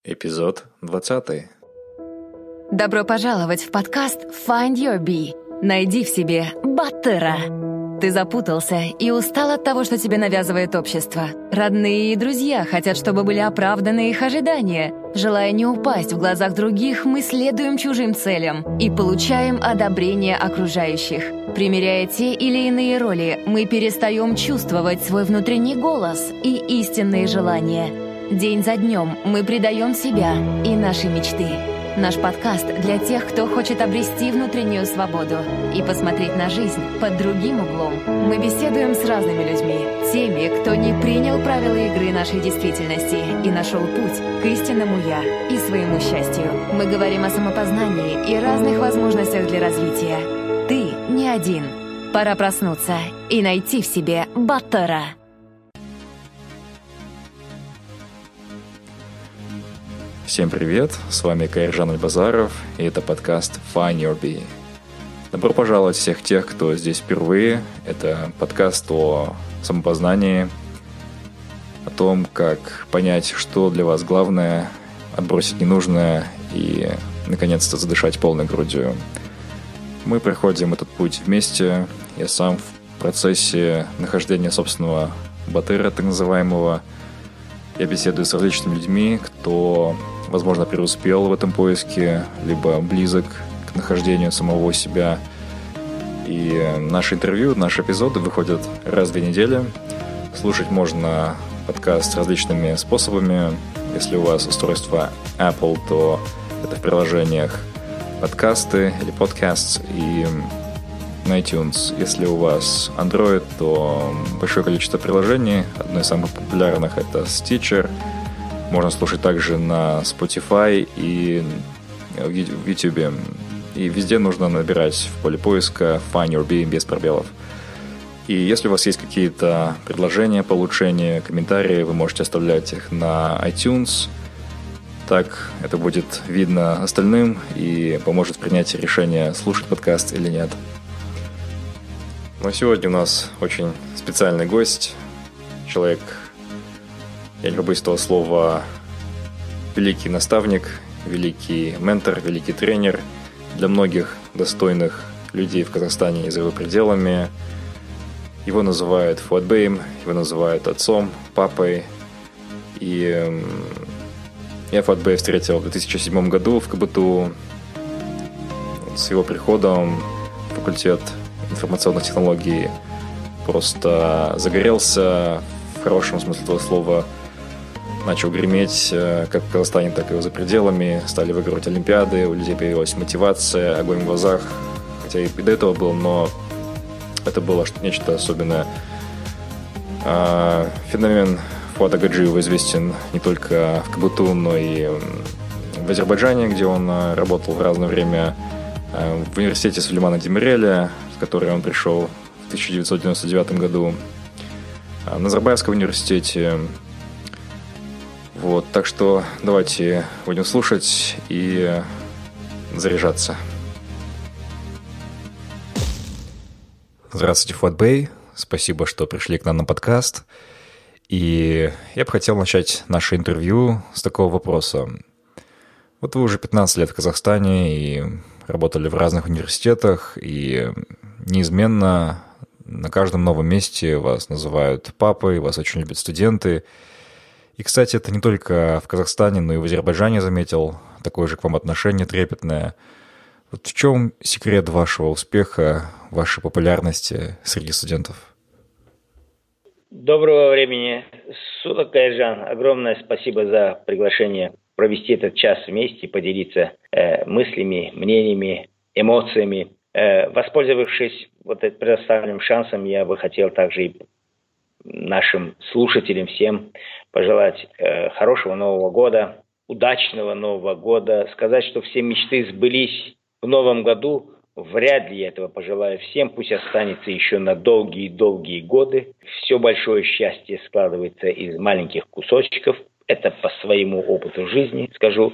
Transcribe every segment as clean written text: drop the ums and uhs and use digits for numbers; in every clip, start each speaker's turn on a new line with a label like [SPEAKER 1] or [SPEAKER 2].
[SPEAKER 1] Эпизод 20.
[SPEAKER 2] Добро пожаловать в подкаст Find Your Bee. Найди в себе Баттера. Ты запутался и устал от того, что тебе навязывает общество. Родные и друзья хотят, чтобы были оправданы их ожидания. Желая не упасть в глазах других, мы следуем чужим целям и получаем одобрение окружающих. Примеряя те или иные роли, мы перестаем чувствовать свой внутренний голос и истинные желания. День за днем мы предаем себя и наши мечты. Наш подкаст для тех, кто хочет обрести внутреннюю свободу и посмотреть на жизнь под другим углом. Мы беседуем с разными людьми, теми, кто не принял правила игры нашей действительности и нашел путь к истинному «я» и своему счастью. Мы говорим о самопознании и разных возможностях для развития. Ты не один. Пора проснуться и найти в себе Баттера.
[SPEAKER 1] Всем привет, с вами Кайржан Альбазаров, и это подкаст Find Your Bee. Добро пожаловать всех тех, кто здесь впервые. Это подкаст о самопознании, о том, как понять, что для вас главное, отбросить ненужное и, наконец-то, задышать полной грудью. Мы проходим этот путь вместе. Я сам в процессе нахождения собственного Баттера, так называемого. Я беседую с различными людьми, кто, возможно, преуспел в этом поиске, либо близок к нахождению самого себя. И наши интервью, наши эпизоды выходят раз в 2 недели. Слушать можно подкаст различными способами. Если у вас устройство Apple, то это в приложениях подкасты или podcasts и на iTunes. Если у вас Android, то большое количество приложений. Одно из самых популярных — это Stitcher. Можно слушать также на Spotify и в YouTube. И везде нужно набирать в поле поиска Find Your Bee без пробелов. И если у вас есть какие-то предложения по улучшению, комментарии, вы можете оставлять их на iTunes. Так это будет видно остальным и поможет в принятии решения, слушать подкаст или нет. Но сегодня у нас очень специальный гость, человек, я не побоюсь этого слова, великий наставник, великий ментор, великий тренер для многих достойных людей в Казахстане и за его пределами. Его называют Фуатбеем, его называют отцом, папой. И я Фуатбея встретил в 2007 году в КБТУ. С его приходом факультет информационных технологий просто загорелся, в хорошем смысле этого слова, начал греметь как в Казахстане, так и за пределами, стали выигрывать олимпиады, у людей появилась мотивация, огонь в глазах, хотя и до этого был, но это было нечто особенное. Феномен Фуата Гаджиева известен не только в КБТУ, но и в Азербайджане, где он работал в разное время, в университете Сулеймана Демиреля, в который он пришел в 1999 году, на Назарбаевском университете. Вот, так что давайте будем слушать и заряжаться. Здравствуйте, Фуатбей. Спасибо, что пришли к нам на подкаст. И я бы хотел начать наше интервью с такого вопроса. Вот вы уже 15 лет в Казахстане и работали в разных университетах, и неизменно на каждом новом месте вас называют папой, вас очень любят студенты. И, кстати, это не только в Казахстане, но и в Азербайджане заметил такое же к вам отношение трепетное. Вот в чем секрет вашего успеха, вашей популярности среди студентов?
[SPEAKER 3] Доброго времени суток, Кайржан. Огромное спасибо за приглашение провести этот час вместе, поделиться мыслями, мнениями, эмоциями. Воспользовавшись вот этим предоставленным шансом, я бы хотел также и нашим слушателям всем пожелать хорошего Нового года, удачного Нового года, сказать, что все мечты сбылись в Новом году. Вряд ли я этого пожелаю всем, пусть останется еще на долгие-долгие годы. Все большое счастье складывается из маленьких кусочков. Это по своему опыту жизни скажу.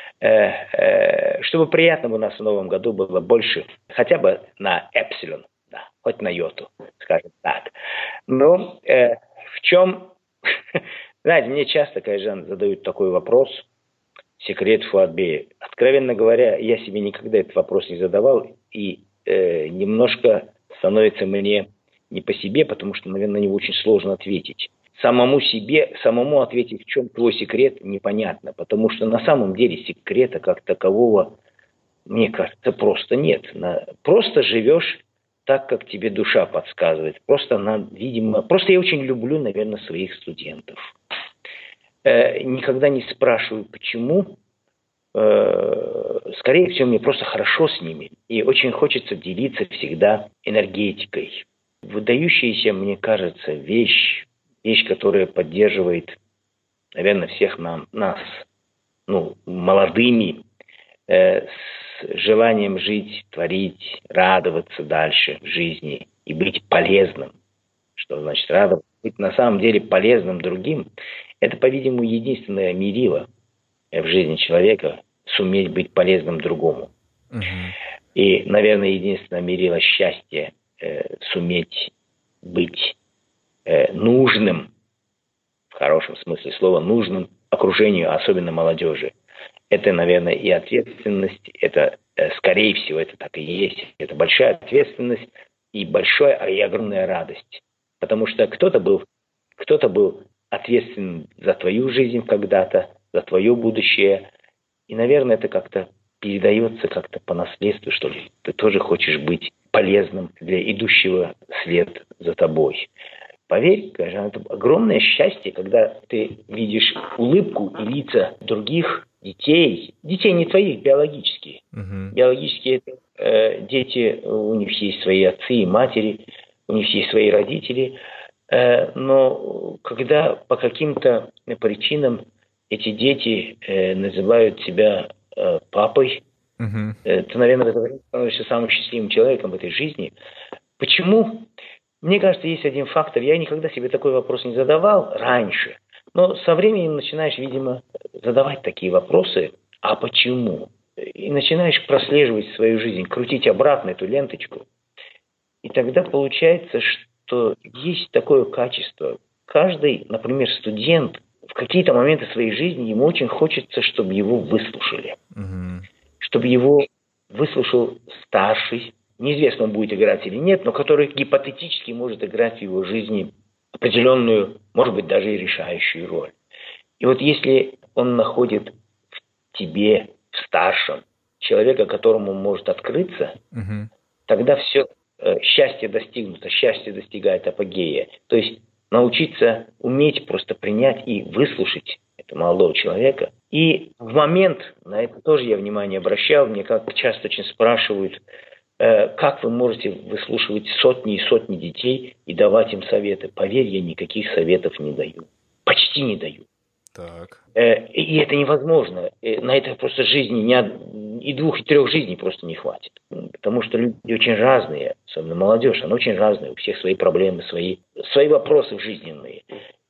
[SPEAKER 3] Чтобы приятного у нас в Новом году было больше, хотя бы на эпсилон, да, хоть на йоту, скажем так. Но в чем, знаете, мне часто, Кайржан, задают такой вопрос, секрет Фуатбея? Откровенно говоря, я себе никогда этот вопрос не задавал, и немножко становится мне не по себе, потому что, наверное, на него очень сложно ответить. Самому ответить, в чем твой секрет, непонятно, потому что на самом деле секрета как такового, мне кажется, просто нет. Просто живешь так, как тебе душа подсказывает. Просто я очень люблю, наверное, своих студентов. Никогда не спрашиваю, почему. Скорее всего, мне просто хорошо с ними. И очень хочется делиться всегда энергетикой. Выдающаяся, мне кажется, вещь, которая поддерживает, наверное, всех нас, молодыми, с желанием жить, творить, радоваться дальше в жизни и быть полезным. Что значит радоваться? Быть на самом деле полезным другим. Это, по-видимому, единственное мерило в жизни человека — суметь быть полезным другому. И, наверное, единственное мерило счастья — суметь быть нужным, в хорошем смысле слова, нужным окружению, особенно молодежи. Это, наверное, и ответственность, это, скорее всего, это так и есть. Это большая ответственность и огромная радость. Потому что кто-то был ответственен за твою жизнь когда-то, за твое будущее. И, наверное, это как-то передается как-то по наследству, что ли. Ты тоже хочешь быть полезным для идущего вслед за тобой. Поверь, конечно, это огромное счастье, когда ты видишь улыбку и лица других детей не твоих, биологические. Биологические дети, у них есть свои отцы и матери, у них есть свои родители, но когда по каким-то причинам эти дети называют себя папой, ты, наверное, становишься самым счастливым человеком в этой жизни. Почему? Мне кажется, есть один фактор. Я никогда себе такой вопрос не задавал раньше. Но со временем начинаешь, видимо, задавать такие вопросы. А почему? И начинаешь прослеживать свою жизнь, крутить обратно эту ленточку. И тогда получается, что есть такое качество. Каждый, например, студент, в какие-то моменты своей жизни ему очень хочется, чтобы его выслушали. Чтобы его выслушал старший, неизвестно, он будет играть или нет, но который гипотетически может играть в его жизни определенную, может быть, даже и решающую роль. И вот если он находит в тебе, в старшем, человека, которому может открыться, тогда все, счастье достигнуто, счастье достигает апогея. То есть научиться уметь просто принять и выслушать этого молодого человека. И в момент, на это тоже я внимание обращал, мне как часто очень спрашивают, как вы можете выслушивать сотни и сотни детей и давать им советы. Поверь, я никаких советов не даю. Почти не даю.
[SPEAKER 1] Так.
[SPEAKER 3] И это невозможно. На это просто жизни, и 2, и 3 жизней просто не хватит. Потому что люди очень разные, особенно молодежь, она очень разная. У всех свои проблемы, свои вопросы жизненные.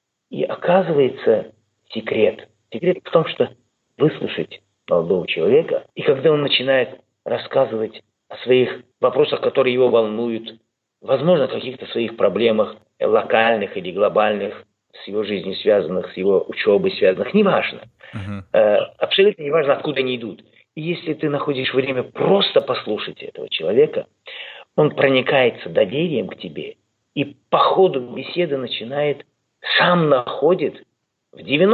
[SPEAKER 3] И оказывается, секрет в том, что выслушать молодого человека, и когда он начинает рассказывать о своих вопросах, которые его волнуют, возможно, о каких-то своих проблемах локальных или глобальных, с его жизнью связанных, с его учебой связанных, неважно. Абсолютно неважно, откуда они идут. И если ты находишь время просто послушать этого человека, он проникается доверием к тебе и по ходу беседы находит, в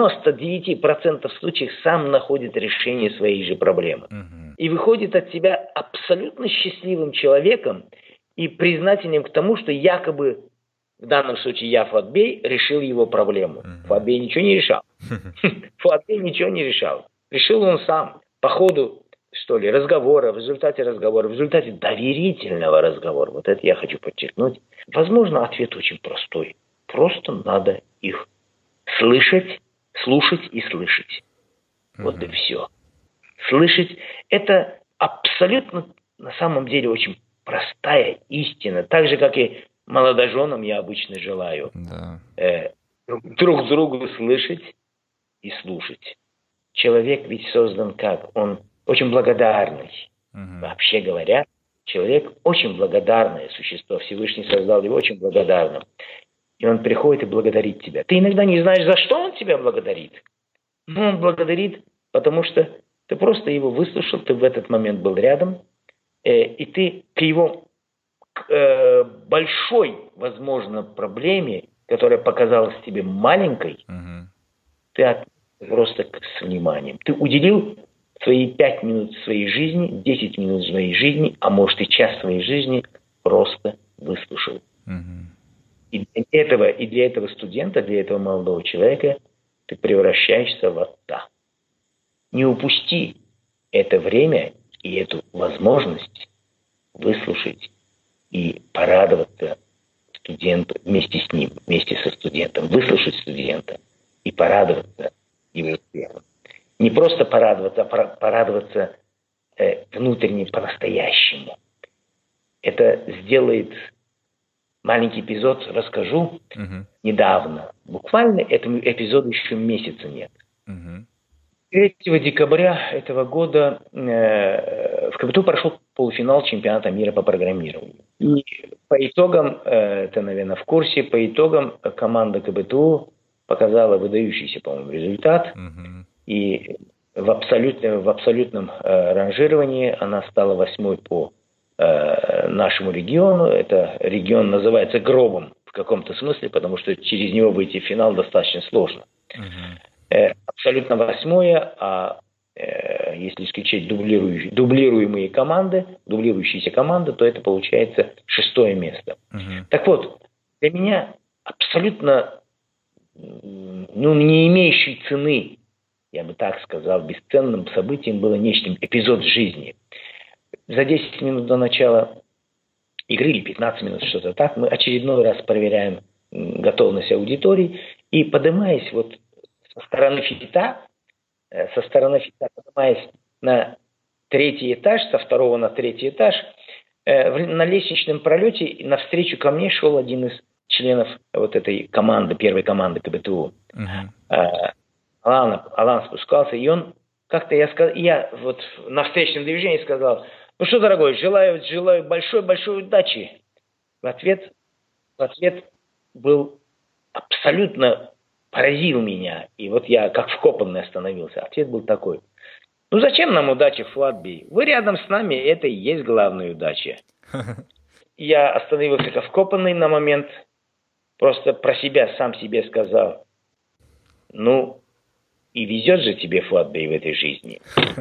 [SPEAKER 3] 99% случаев сам находит решение своей же проблемы. И выходит от тебя абсолютно счастливым человеком и признательным к тому, что якобы в данном случае я, Фуатбей, решил его проблему. Фуатбей ничего не решал. Фуатбей ничего не решал. Решил он сам. По ходу, разговора, в результате доверительного разговора, вот это я хочу подчеркнуть, возможно, ответ очень простой. Просто надо их слушать и слышать. Вот и все. Слышать – это абсолютно, на самом деле, очень простая истина. Так же, как и молодоженам я обычно желаю друг другу слышать и слушать. Человек ведь создан как? Он очень благодарный. Вообще говоря, человек очень благодарное существо. Всевышний создал его очень благодарным. И он приходит и благодарит тебя. Ты иногда не знаешь, за что он тебя благодарит. Но он благодарит, потому что ты просто его выслушал, ты в этот момент был рядом, и ты к его большой, возможно, проблеме, которая показалась тебе маленькой, ты отнесся просто с вниманием. Ты уделил свои 5 минут своей жизни, 10 минут своей жизни, а может и час своей жизни просто выслушал. И для этого студента, для этого молодого человека ты превращаешься в отца. Не упусти это время и эту возможность выслушать и порадоваться студенту вместе с ним, вместе со студентом, выслушать студента и порадоваться его успехом. Не просто порадоваться, а порадоваться внутренне по-настоящему. Это сделает маленький эпизод, расскажу, недавно. Буквально этому эпизоду еще месяца нет. 3 декабря этого года в КБТУ прошел полуфинал чемпионата мира по программированию. И по итогам, ты, наверное, в курсе, по итогам команда КБТУ показала выдающийся, по-моему, результат. И в абсолютном ранжировании она стала 8-й по нашему региону. Это регион называется гробом в каком-то смысле, потому что через него выйти в финал достаточно сложно. Абсолютно 8-е, а если исключать дублируемые команды, дублирующиеся команды, то это получается 6-е место. Так вот, для меня абсолютно не имеющий цены, я бы так сказал, бесценным событием было нечто, эпизод жизни. За 10 минут до начала игры или 15 минут, что-то так, мы очередной раз проверяем готовность аудитории и, поднимаясь вот со стороны фита, поднимаясь на 3-й этаж, со 2-го на 3-й этаж, на лестничном пролете навстречу ко мне шел один из членов вот этой команды, первой команды КБТУ. Алан спускался, и он как-то, я вот на встречном движении сказал: ну что, дорогой, желаю большой удачи. В ответ был абсолютно поразил меня. И вот я как вкопанный остановился. Ответ был такой: ну зачем нам удача в Фуат-Бей? Вы рядом с нами, это и есть главная удача. Я остановился как вкопанный на момент, просто про себя, сам себе сказал: ну и везет же тебе Фуат-Бей в этой жизни.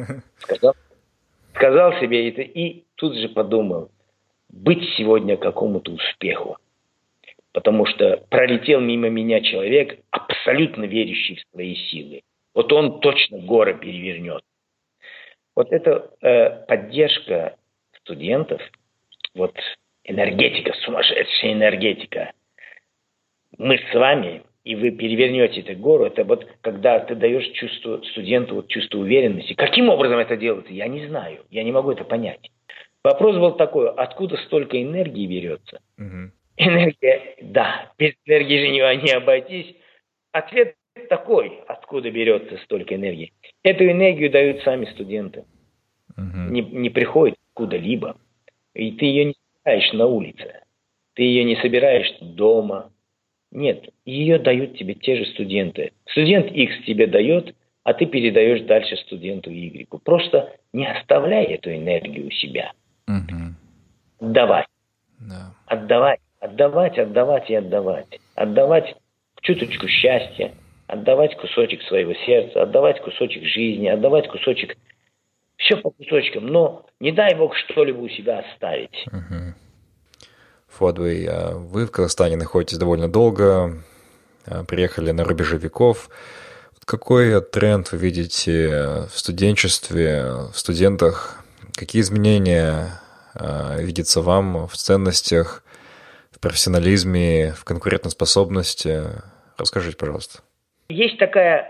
[SPEAKER 3] Сказал себе это и тут же подумал: быть сегодня какому-то успеху. Потому что пролетел мимо меня человек, абсолютно верящий в свои силы. Вот он точно горы перевернет. Вот эта поддержка студентов, вот энергетика, сумасшедшая энергетика. Мы с вами, и вы перевернете эту гору, это вот когда ты даешь студенту чувство уверенности. Каким образом это делается, я не знаю, я не могу это понять. Вопрос был такой: откуда столько энергии берется? Энергия, да, без энергии же не обойтись. Ответ такой: откуда берется столько энергии? Эту энергию дают сами студенты. Не приходит куда-либо. И ты ее не собираешь на улице. Ты ее не собираешь дома. Нет, ее дают тебе те же студенты. Студент X тебе дает, а ты передаешь дальше студенту Y. Просто не оставляй эту энергию у себя. Отдавай. Отдавать и отдавать. Отдавать чуточку счастья, отдавать кусочек своего сердца, отдавать кусочек жизни, отдавать кусочек... Все по кусочкам, но не дай Бог что-либо у себя оставить.
[SPEAKER 1] Фуат-Бей, вы в Казахстане находитесь довольно долго, приехали на рубеже веков. Какой тренд вы видите в студенчестве, в студентах? Какие изменения видятся вам в ценностях, в профессионализме, в конкурентоспособности? Расскажите, пожалуйста.
[SPEAKER 3] Есть такая,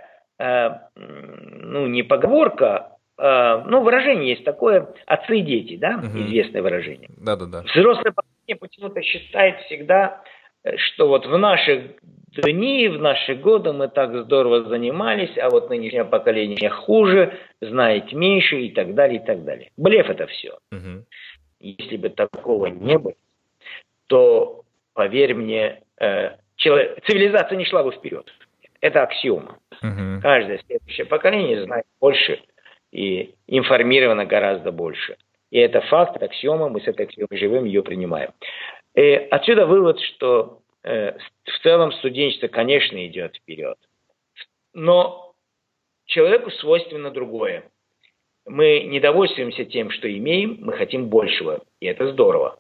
[SPEAKER 3] не поговорка, выражение есть такое: отцы и дети, да, известное выражение.
[SPEAKER 1] Да.
[SPEAKER 3] Взрослое поколение почему-то считает всегда, что вот в наши дни, в наши годы мы так здорово занимались, а вот нынешнее поколение хуже, знает меньше и так далее, и так далее. Блеф это все. Если бы такого не было, то, поверь мне, цивилизация не шла бы вперед. Это аксиома. Каждое следующее поколение знает больше и информировано гораздо больше. И это факт, это аксиома, мы с этой аксиомой живем, ее принимаем. И отсюда вывод, что в целом студенчество, конечно, идет вперед. Но человеку свойственно другое. Мы не довольствуемся тем, что имеем, мы хотим большего. И это здорово.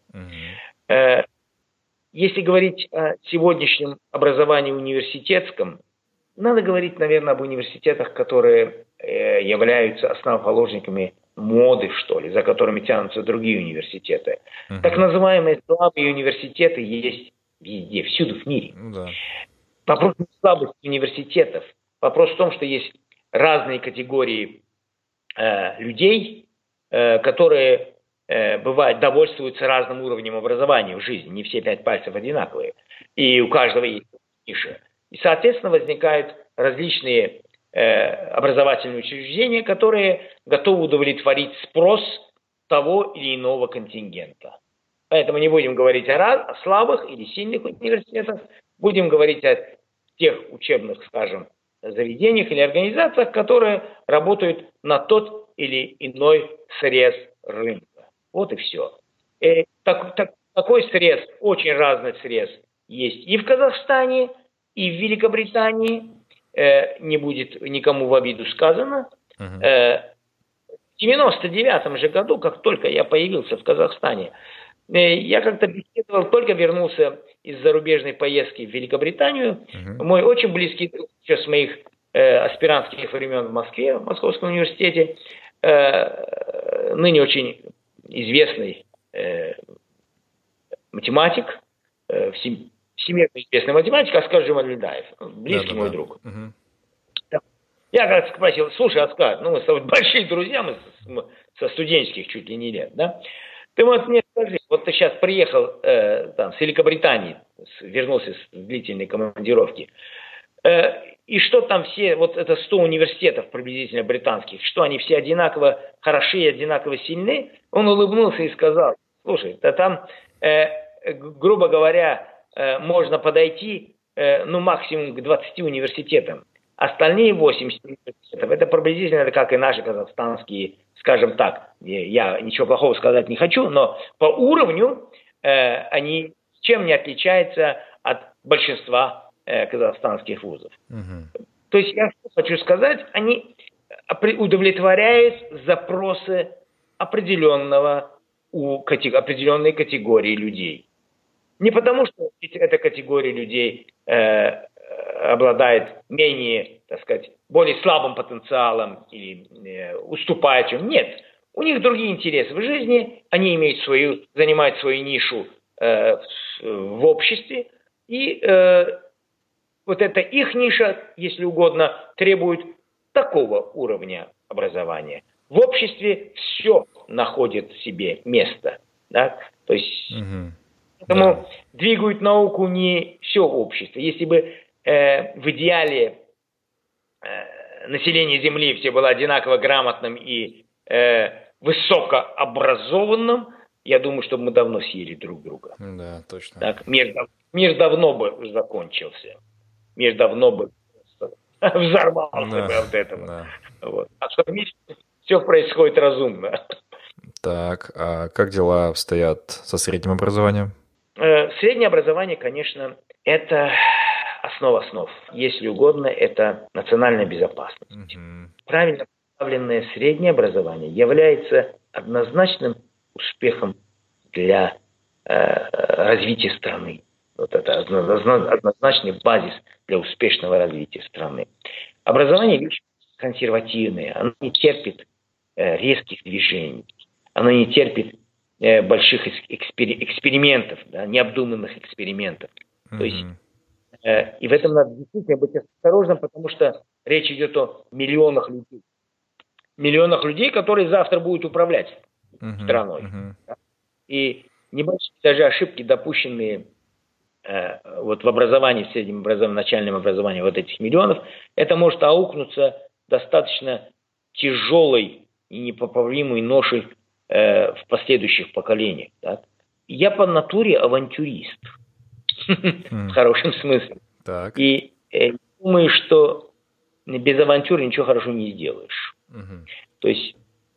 [SPEAKER 3] Если говорить о сегодняшнем образовании университетском, надо говорить, наверное, об университетах, которые являются основоположниками моды, что ли, за которыми тянутся другие университеты. Так называемые слабые университеты есть везде, всюду в мире. Вопрос не в слабости университетов. Вопрос в том, что есть разные категории людей, которые бывает, довольствуются разным уровнем образования в жизни. Не все 5 пальцев одинаковые. И у каждого есть ниша. И, соответственно, возникают различные образовательные учреждения, которые готовы удовлетворить спрос того или иного контингента. Поэтому не будем говорить о слабых или сильных университетах, будем говорить о тех учебных, скажем, заведениях или организациях, которые работают на тот или иной срез рынка. Вот и все. Такой срез, очень разный срез есть и в Казахстане, и в Великобритании. Не будет никому в обиду сказано. В 99 же году, как только я появился в Казахстане, я как-то беседовал, только вернулся из зарубежной поездки в Великобританию. Мой очень близкий друг еще с моих аспирантских времен в Москве, в Московском университете, ныне очень известный математик, всемирно известный математик Оскар Джумалидаев, близкий мой друг. Я как спросил: слушай, Оскар, мы с тобой большие друзья, мы со студенческих чуть ли не лет, да? Ты вот мне скажи, вот ты сейчас приехал с Великобритании, вернулся с длительной командировки, и что там все, вот это 100 университетов приблизительно британских, что они все одинаково хороши и одинаково сильны? Он улыбнулся и сказал: слушай, да там, грубо говоря, можно подойти, максимум к 20 университетам. Остальные 80 университетов, это приблизительно как и наши казахстанские, скажем так, я ничего плохого сказать не хочу, но по уровню они чем не отличаются от большинства казахстанских вузов. То есть я хочу сказать, они удовлетворяют запросы определенной категории людей. Не потому, что эта категория людей обладает менее, так сказать, более слабым потенциалом или уступает им. Нет. У них другие интересы в жизни, они занимают свою нишу в обществе, и вот эта их ниша, если угодно, требует такого уровня образования. В обществе все находит себе место. Да? То есть, поэтому двигают науку не все общество. Если бы в идеале население Земли все было одинаково грамотным и высокообразованным, я думаю, что мы давно съели друг друга.
[SPEAKER 1] Да, точно.
[SPEAKER 3] Так, мир давно бы закончился. Мир давно бы взорвался бы от этого.
[SPEAKER 1] Да.
[SPEAKER 3] Вот. А что в мире все происходит разумно.
[SPEAKER 1] Так, а как дела обстоят со средним образованием?
[SPEAKER 3] Среднее образование, конечно, это основа основ. Если угодно, это национальная безопасность. Правильно поставленное среднее образование является однозначным успехом для развития страны. Вот это однозначный базис для успешного развития страны. Образование вещь консервативная, оно не терпит резких движений, оно не терпит больших экспериментов, да, необдуманных экспериментов. То есть, и в этом надо действительно быть осторожным, потому что речь идет о миллионах людей. Миллионах людей, которые завтра будут управлять страной. Да? И небольшие даже ошибки, допущенные вот в образовании, в среднем образовании, в начальном образовании вот этих миллионов, это может аукнуться достаточно тяжелой и непоправимой ношей в последующих поколениях. Да? Я по натуре авантюрист. В хорошем смысле.
[SPEAKER 1] Так.
[SPEAKER 3] И думаю, что без авантюр ничего хорошего не сделаешь. То есть,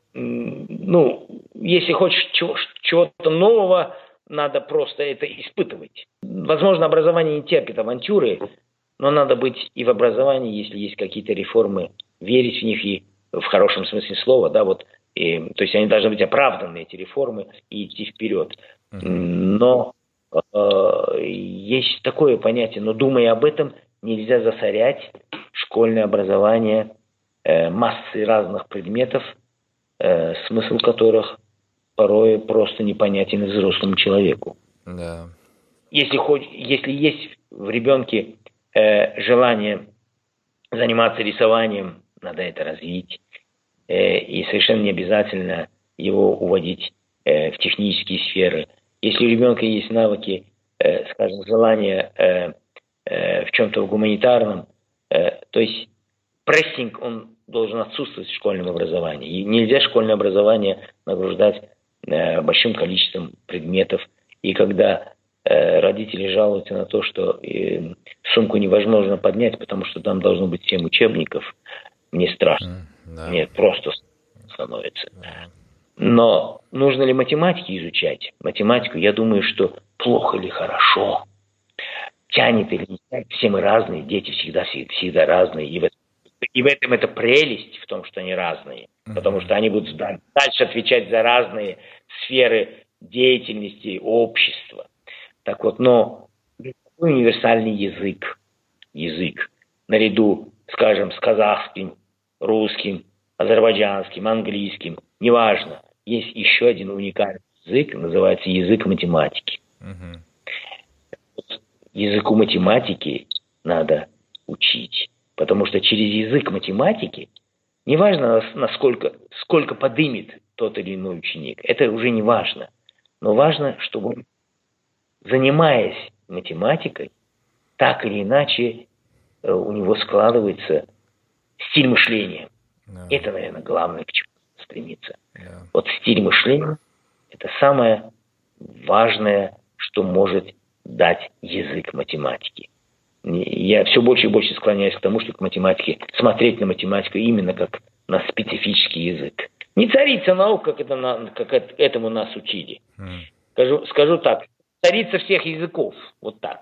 [SPEAKER 3] если хочешь чего-то нового, надо просто это испытывать. Возможно, образование не терпит авантюры, но надо быть и в образовании, если есть какие-то реформы, верить в них и в хорошем смысле слова, да, то есть они должны быть оправданы, эти реформы, и идти вперед. Но есть такое понятие, но думая об этом, нельзя засорять школьное образование массой разных предметов, смысл которых порой просто непонятен взрослому человеку.
[SPEAKER 1] Да.
[SPEAKER 3] Если есть в ребенке желание заниматься рисованием, надо это развить. И совершенно не обязательно его уводить в технические сферы. Если у ребенка есть навыки, скажем, желание в чем-то гуманитарном, то есть прессинг, он должен отсутствовать в школьном образовании. И нельзя школьное образование нагружать большим количеством предметов. И когда родители жалуются на то, что сумку невозможно поднять, потому что там должно быть 7 учебников, мне страшно.
[SPEAKER 1] Да.
[SPEAKER 3] Нет, просто становится. Но нужно ли математики изучать? Математику, я думаю, что плохо или хорошо. Тянет или не тянет. Все мы разные, дети всегда разные. И в этом это прелесть, в том, что они разные. Потому что они будут дальше отвечать за разные сферы деятельности общества. Так вот, но универсальный язык, наряду, скажем, с казахским, русским, азербайджанским, английским, неважно, есть еще один уникальный язык, называется язык математики. Языку математики надо учить, потому что через язык математики, неважно, сколько подымет тот или иной ученик, это уже не важно, но важно, чтобы он, занимаясь математикой, так или иначе у него складывается стиль мышления. Это, наверное, главное, к чему стремиться. Вот стиль мышления – это самое важное, что может дать язык математики. Я все больше и больше склоняюсь к тому, что к математике, смотреть на математику именно как на специфический язык. Не царица наук, как этому нас учили. Скажу так, царица всех языков. Вот так.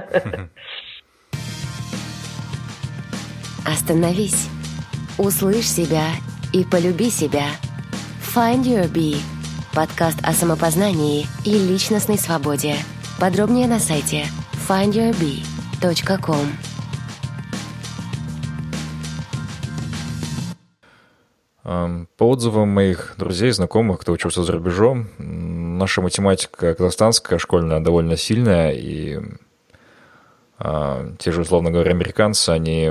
[SPEAKER 2] Остановись. Услышь себя и полюби себя. Find Your Bee. Подкаст о самопознании и личностной свободе. Подробнее на сайте findyourbee.com.
[SPEAKER 1] По отзывам моих друзей, знакомых, кто учился за рубежом, наша математика казахстанская, школьная, довольно сильная, и те же, условно говоря, американцы, они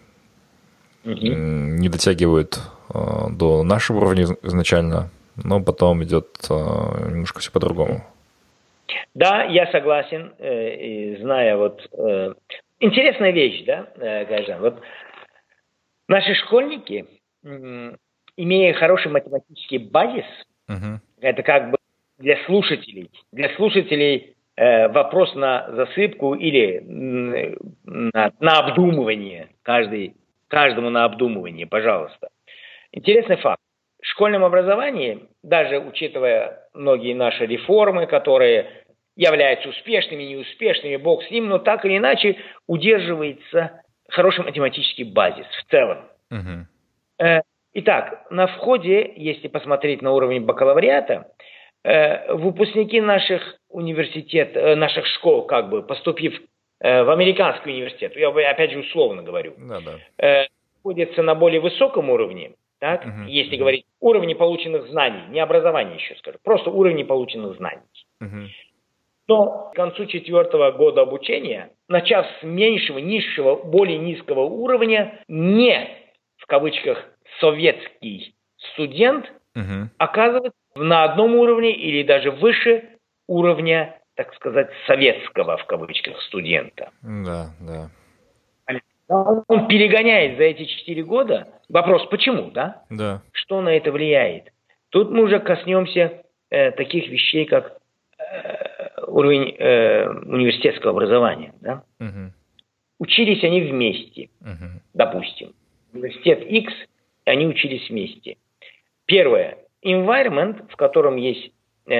[SPEAKER 1] не дотягивают до нашего уровня изначально, но потом идет немножко все по-другому.
[SPEAKER 3] Да, я согласен, зная интересная вещь, да, Гайжан, вот наши школьники, имея хороший математический базис, это как бы для слушателей вопрос на засыпку или на обдумывание, каждому на обдумывание, пожалуйста. Интересный факт. В школьном образовании, даже учитывая многие наши реформы, которые являются успешными, неуспешными, бог с ним, но так или иначе удерживается хороший математический базис в целом. Итак, на входе, если посмотреть на уровень бакалавриата, выпускники наших наших школ, как бы поступив в американский университет, я опять же условно говорю, находятся на более высоком уровне, так, если говорить уровне полученных знаний, не образование еще скажу, просто уровни полученных знаний. Но к концу 4-го года обучения, начав с меньшего, низшего, более низкого уровня, не, в кавычках, советский студент оказывается на одном уровне или даже выше уровня, так сказать, советского, в кавычках, студента.
[SPEAKER 1] Да.
[SPEAKER 3] Он перегоняет за эти 4 года. Вопрос, почему, да?
[SPEAKER 1] Да.
[SPEAKER 3] Что на это влияет? Тут мы уже коснемся таких вещей, как уровень университетского образования, да? учились они вместе, допустим. Университет X, они учились вместе. Первое. Environment, в котором есть,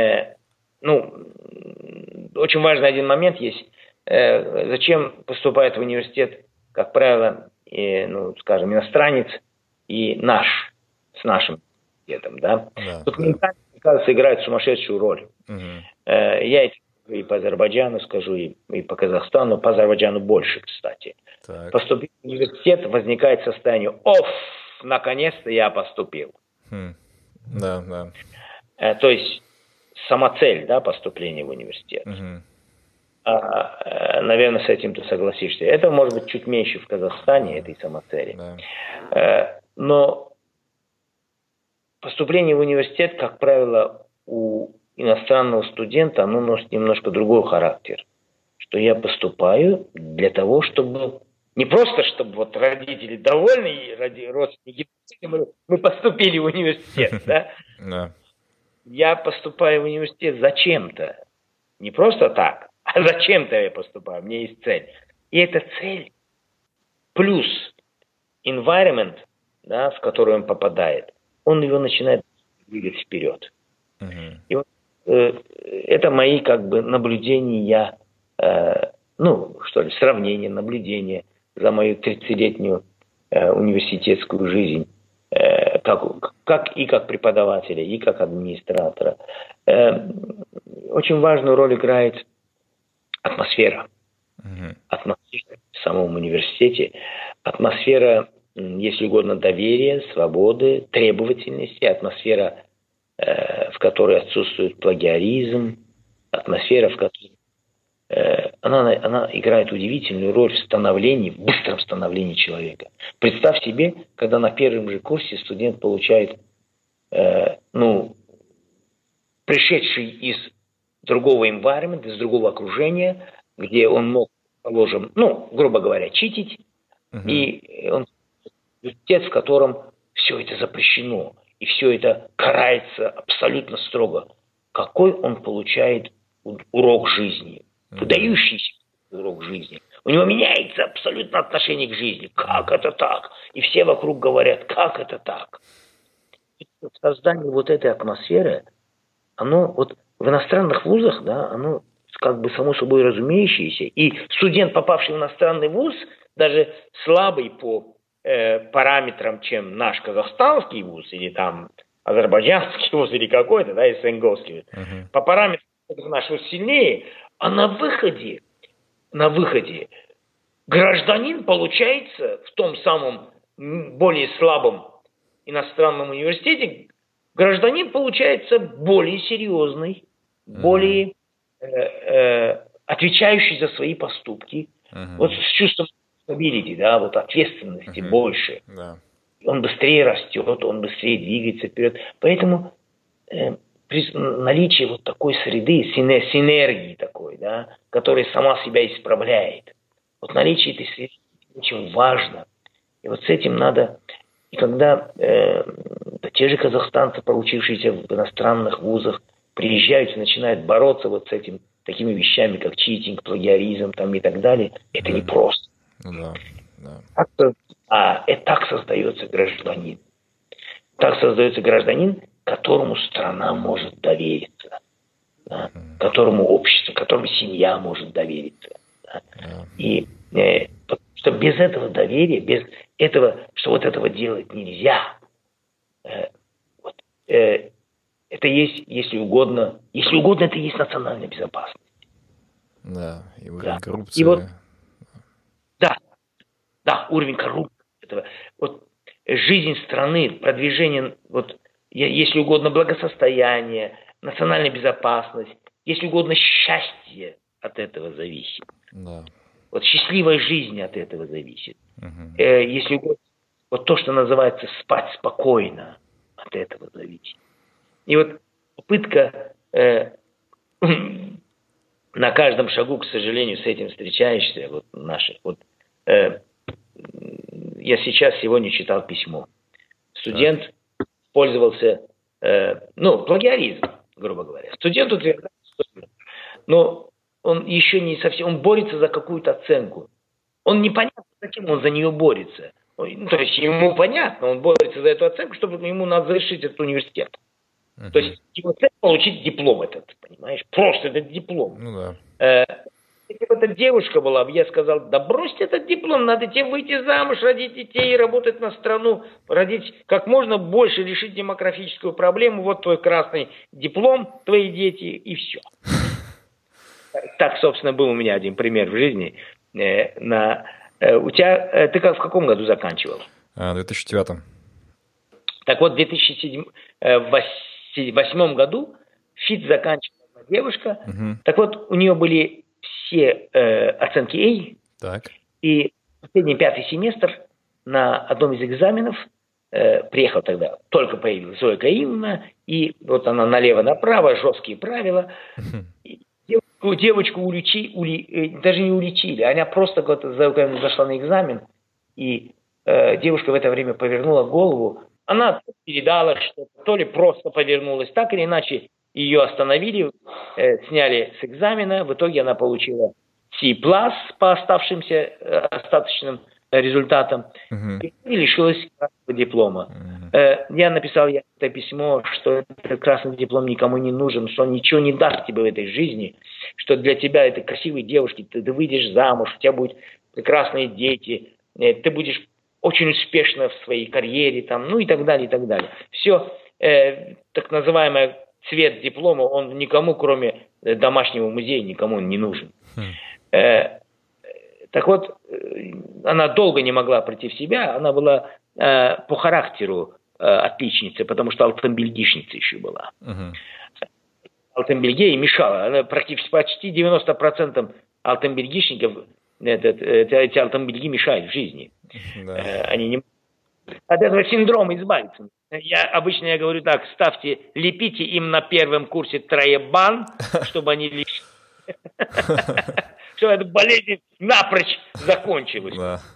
[SPEAKER 3] очень важный один момент есть, зачем поступает в университет, как правило, скажем, иностранец и с нашим университетом, да? Тут ментально, мне кажется, играет сумасшедшую роль. Я это и по Азербайджану скажу, и по Казахстану, по Азербайджану больше, кстати.
[SPEAKER 1] Так.
[SPEAKER 3] Поступив в университет, возникает состояние: наконец-то я поступил.
[SPEAKER 1] Да.
[SPEAKER 3] То есть сама цель, да, поступления в университет. Наверное, с этим ты согласишься. Это может быть чуть меньше в Казахстане, этой самоцели. Но поступление в университет, как правило, у иностранного студента, оно носит немножко другой характер. Что я поступаю для того, чтобы... Не просто, чтобы вот родители довольны, и родственники, мы поступили в университет, да? Я поступаю в университет зачем-то. Не просто так, а зачем-то я поступаю. У меня есть цель. И эта цель плюс environment, да, в который он попадает, он его начинает двигать вперед. И вот это мои как бы наблюдения, сравнения, наблюдения за мою 30-летнюю университетскую жизнь, как преподавателя, и как администратора. Очень важную роль играет атмосфера. Атмосфера в самом университете. Атмосфера, если угодно, доверия, свободы, требовательности. Атмосфера, в которой отсутствует плагиаризм. Атмосфера, в которой она играет удивительную роль в быстром становлении человека. Представь себе, когда на первом же курсе студент получает, пришедший из другого environment, из другого окружения, где он мог, положим, грубо говоря, читить, и он университет, в котором все это запрещено, и все это карается абсолютно строго. Какой он получает урок жизни? Выдающийся урок жизни. У него меняется абсолютно отношение к жизни. Как это так? И все вокруг говорят, как это так? И создание вот этой атмосферы, оно вот в иностранных вузах, да, оно как бы само собой разумеющееся. И студент, попавший в иностранный вуз, даже слабый по параметрам, чем наш казахстанский вуз, или там азербайджанский вуз, или какой-то, да, СНГовский, по параметрам наш вуз сильнее, а на выходе гражданин получается в том самом более слабом иностранном университете, гражданин получается более серьезный, более отвечающий за свои поступки, вот с чувством стабилити, да, вот ответственности больше. Он быстрее растет, он быстрее двигается вперед. Поэтому при наличии вот такой среды, синергии такой, да, которая сама себя исправляет, вот наличие этой среды очень важно. И вот с этим надо... И когда те же казахстанцы, проучившиеся в иностранных вузах, приезжают и начинают бороться вот с этим, такими вещами, как читинг, плагиаризм там, и так далее, это непросто. Так создается гражданин. Так создается гражданин, которому страна может довериться, да, которому общество, которому семья может довериться. Да. И потому что без этого доверия, без этого, что вот этого делать нельзя, это есть, если угодно, это есть национальная безопасность.
[SPEAKER 1] Да, и уровень коррупции.
[SPEAKER 3] И вот, да, уровень коррупции. Вот жизнь страны, продвижение, вот, если угодно, благосостояние, национальная безопасность, если угодно, счастье от этого зависит.
[SPEAKER 1] Да.
[SPEAKER 3] Вот счастливая жизнь от этого зависит. Если угодно, вот то, что называется спать спокойно, от этого зависит. И вот попытка на каждом шагу, к сожалению, с этим встречаешься, вот наши. Вот, я сегодня читал письмо. Студент пользовался, плагиаризм, грубо говоря. Студент утверждает, но он еще не совсем, он борется за какую-то оценку. Он непонятно, зачем он за нее борется. Ну, то есть ему понятно, он борется за эту оценку, чтобы ему надо завершить этот университет. То есть его цель получить диплом этот, понимаешь? Просто этот диплом.
[SPEAKER 1] Ну да.
[SPEAKER 3] Если бы эта девушка была, я сказал, да бросьте этот диплом, надо тебе выйти замуж, родить детей, работать на страну, родить как можно больше, решить демографическую проблему, вот твой красный диплом, твои дети и все. Так, собственно, был у меня один пример в жизни. У тебя, ты в каком году заканчивал?
[SPEAKER 1] В 2009.
[SPEAKER 3] Так вот, в 2008 году ФИТ заканчивала девушка. Так вот, у нее были все оценки А.
[SPEAKER 1] Так.
[SPEAKER 3] И последний 5-й семестр на одном из экзаменов приехал тогда, только появилась Зоя Каимовна, и вот она налево-направо, жесткие правила. Девочку даже не уличили, она просто зашла на экзамен, и девушка в это время повернула голову, она передала что-то, то ли просто повернулась, так или иначе ее остановили, сняли с экзамена, в итоге она получила C+ по оставшимся остаточным результатам и лишилась красного диплома. Я написал это письмо, что этот красный диплом никому не нужен, что он ничего не даст тебе в этой жизни, что для тебя это красивые девушки, ты выйдешь замуж, у тебя будут прекрасные дети, ты будешь очень успешна в своей карьере, там, ну и так далее, и так далее. Все, так называемый цвет диплома, он никому, кроме домашнего музея, никому не нужен. Так вот, она долго не могла прийти в себя, она была по характеру отличницей, потому что алтенбельгишница еще была. Алтенбельге и мешала. Она практически почти 90% алтенбельгишников, эти алтенбельги мешают в жизни. Да. Они не от этого синдрома избавиться. Обычно я говорю так, лепите им на первом курсе троебан, чтобы они лишь... Чтобы эта болезнь напрочь закончилась.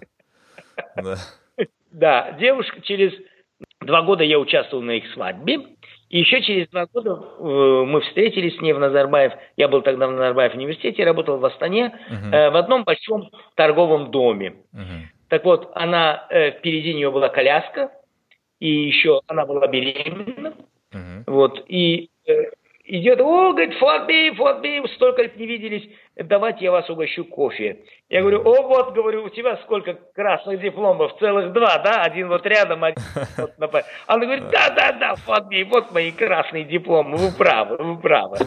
[SPEAKER 3] Да, девушка, через 2 года я участвовал на их свадьбе. И еще через 2 года мы встретились с ней в Назарбаев. Я был тогда в Назарбаев университете, работал в Астане, в одном большом торговом доме. Так вот, впереди нее была коляска, и еще она была беременна. Вот, и идет, говорит, Фуатбеев, столько лет не виделись, давайте я вас угощу кофе. Я говорю, говорю, у тебя сколько красных дипломов, целых 2, да? Один вот рядом, один вот на... Она говорит, да, Фуатбеев, вот мои красные дипломы, вы правы.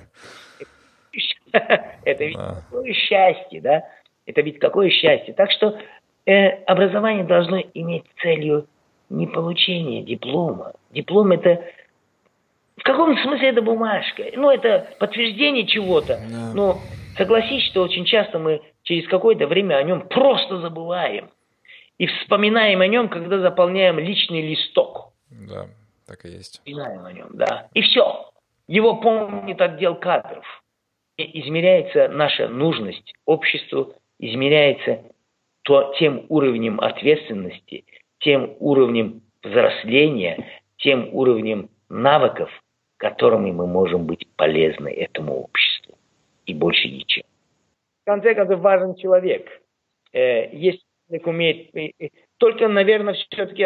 [SPEAKER 3] Это ведь какое счастье, да? Это ведь какое счастье. Так что образование должно иметь целью не получение диплома. Диплом это... В каком смысле это бумажка? Это подтверждение чего-то. Но согласись, что очень часто мы через какое-то время о нем просто забываем. И вспоминаем о нем, когда заполняем личный листок.
[SPEAKER 1] Да, так и есть.
[SPEAKER 3] Вспоминаем о нем, да. И все. Его помнит отдел кадров. И измеряется наша нужность обществу, измеряется тем уровнем ответственности, тем уровнем взросления, тем уровнем навыков, которыми мы можем быть полезны этому обществу. И больше ничем. В конце концов, важен человек. Если человек умеет... Только, наверное, все-таки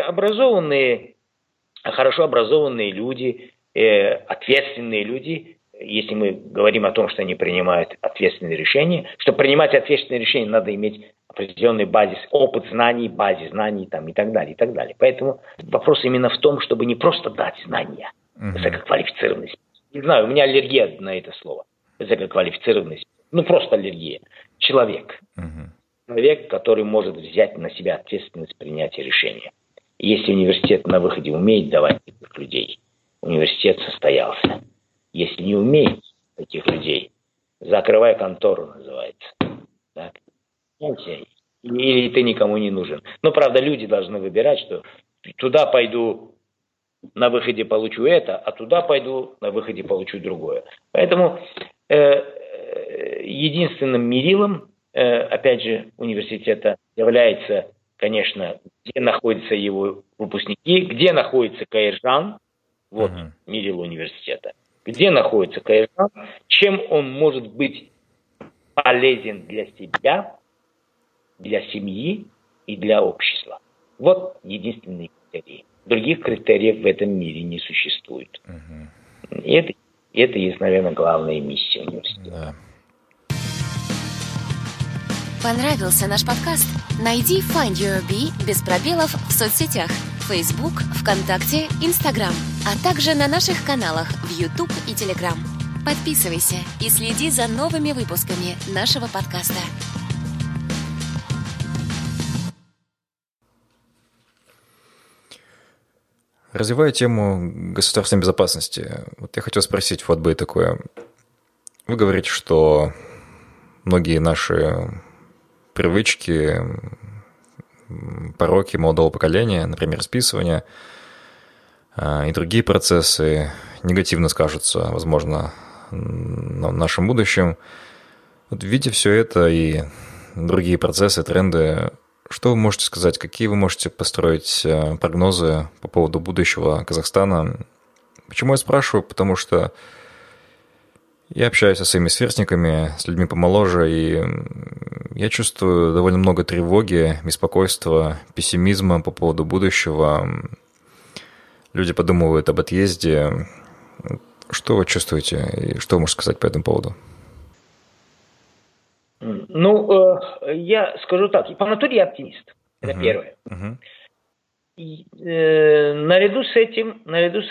[SPEAKER 3] хорошо образованные люди, ответственные люди, если мы говорим о том, что они принимают ответственные решения, чтобы принимать ответственные решения, надо иметь определенный базис, опыт знаний, базис знаний там, и так далее, и так далее. Поэтому вопрос именно в том, чтобы не просто дать знания, высококвалифицированность. Не знаю, у меня аллергия на это слово. Высококвалифицированность. Просто аллергия. Человек. Человек, который может взять на себя ответственность принятия решения. И если университет на выходе умеет давать таких людей, университет состоялся. Если не умеет таких людей, закрывай контору, называется. Так? Или ты никому не нужен. Но, правда, люди должны выбирать, что туда пойду, на выходе получу это, а туда пойду, на выходе получу другое. Поэтому единственным мерилом, опять же, университета является, конечно, где находятся его выпускники, где находится Каиржан, вот мерило университета, где находится Каиржан, чем он может быть полезен для себя, для семьи и для общества. Вот единственные критерии. Других критериев в этом мире не существует. И это есть, наверное, главная миссия университета.
[SPEAKER 1] Да.
[SPEAKER 2] Понравился наш подкаст? Найди Find Your Bee без пробелов в соцсетях: Facebook, ВКонтакте, Instagram, а также на наших каналах в YouTube и Telegram. Подписывайся и следи за новыми выпусками нашего подкаста.
[SPEAKER 1] Развивая тему государственной безопасности, вот я хотел спросить вот бы такое. Вы говорите, что многие наши привычки, пороки молодого поколения, например, списывание и другие процессы негативно скажутся, возможно, на нашем будущем. Вот видя все это и другие процессы, тренды, что вы можете сказать, какие вы можете построить прогнозы по поводу будущего Казахстана? Почему я спрашиваю? Потому что я общаюсь со своими сверстниками, с людьми помоложе, и я чувствую довольно много тревоги, беспокойства, пессимизма по поводу будущего. Люди подумывают об отъезде. Что вы чувствуете и что вы можете сказать по этому поводу?
[SPEAKER 3] Ну, я скажу так, по натуре я оптимист. Это первое. И, наряду с этим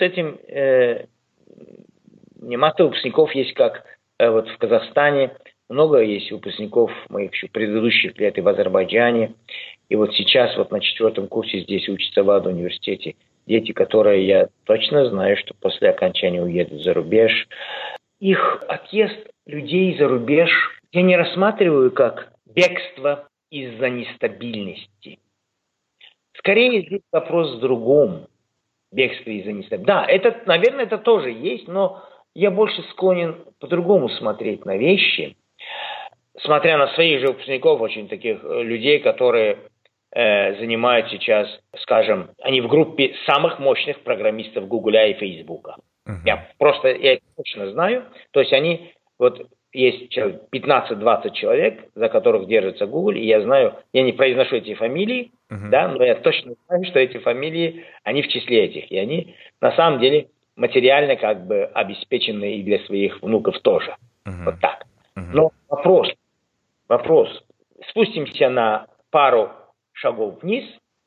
[SPEAKER 3] немало выпускников есть, как вот в Казахстане, много есть выпускников моих еще предыдущих лет и в Азербайджане. И вот сейчас вот на 4-м курсе здесь учатся в университете дети, которые я точно знаю, что после окончания уедут за рубеж. Их отъезд людей за рубеж я не рассматриваю как бегство из-за нестабильности. Скорее, здесь вопрос в другом. Бегство из-за нестабильности. Да, это, наверное, это тоже есть, но я больше склонен по-другому смотреть на вещи, смотря на своих же выпускников, очень таких людей, которые занимают сейчас, скажем, они в группе самых мощных программистов Гугля и Фейсбука. Я это точно знаю. То есть они, вот есть 15-20 человек, за которых держится Google, и я знаю, я не произношу эти фамилии, да, но я точно знаю, что эти фамилии, они в числе этих, и они на самом деле материально как бы обеспечены и для своих внуков тоже. Вот так. Но вопрос. Спустимся на пару шагов вниз.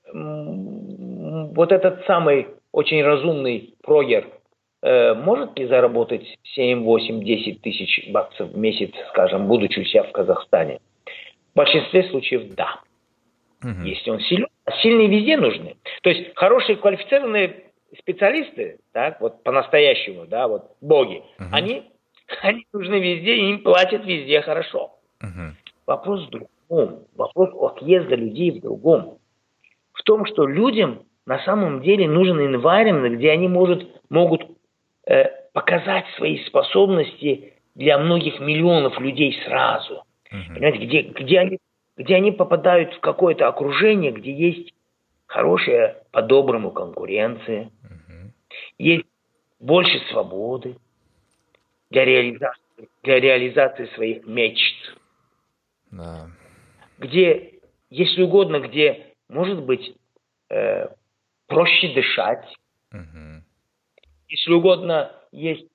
[SPEAKER 3] Вот этот самый очень разумный прогер может ли заработать 7, 8, 10 тысяч баксов в месяц, скажем, будучи у себя в Казахстане? В большинстве случаев да. Если он силен. А сильные везде нужны. То есть хорошие квалифицированные специалисты, так, вот по-настоящему, да, вот боги, они нужны везде, и им платят везде хорошо. Вопрос в другом. Вопрос отъезда людей в другом. В том, что людям на самом деле нужен environment, где они могут показать свои способности для многих миллионов людей сразу. Понимаете, где они попадают в какое-то окружение, где есть хорошая по-доброму конкуренция, есть больше свободы для реализации своих мечт.
[SPEAKER 1] Да.
[SPEAKER 3] Где, если угодно, где, может быть, проще дышать. Если угодно, есть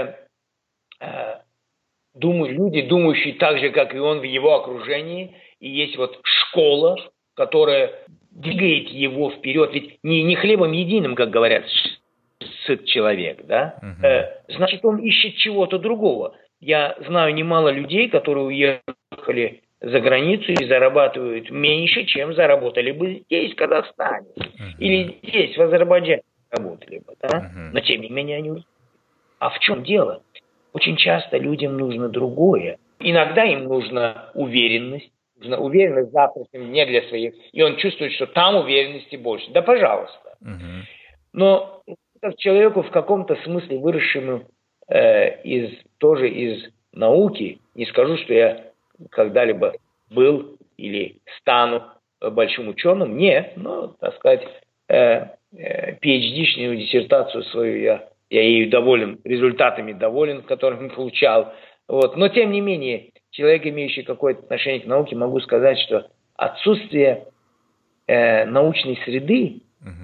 [SPEAKER 3] люди, думающие так же, как и он в его окружении, и есть вот школа, которая двигает его вперед. Ведь не хлебом единым, как говорят, сыт человек, да? Значит, он ищет чего-то другого. Я знаю немало людей, которые уехали за границу и зарабатывают меньше, чем заработали бы здесь, в Казахстане. Или здесь, в Азербайджане работали бы, да? Но тем не менее они уехали. А в чем дело? Очень часто людям нужно другое. Иногда им нужна уверенность. Нужна уверенность завтра не для своих. И он чувствует, что там уверенности больше. Да, пожалуйста. Но человеку в каком-то смысле выросшему тоже из науки, не скажу, что я когда-либо был или стану большим ученым. Нет, но, так сказать, PhD-шную диссертацию свою я ею доволен, результатами доволен, которыми получал. Вот. Но, тем не менее, человек, имеющий какое-то отношение к науке, могу сказать, что отсутствие научной среды,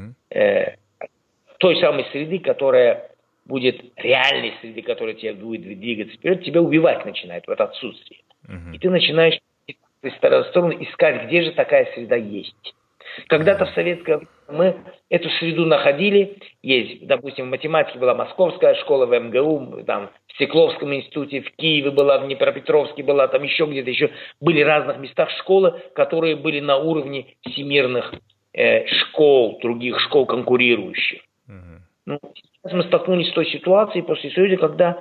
[SPEAKER 3] той самой среды, которая будет реальной среды, которая тебя будет двигаться вперед, тебя убивать начинает в это отсутствие. И ты начинаешь в сторону искать, где же такая среда есть. Когда-то в советское время мы эту среду находили. Есть, допустим, в математике была Московская школа, в МГУ, там, в Стекловском институте, в Киеве была, в Днепропетровске была, там еще где-то еще. Были в разных местах школы, которые были на уровне всемирных школ, других школ конкурирующих. Ну, сейчас мы столкнулись с той ситуацией после Союза, когда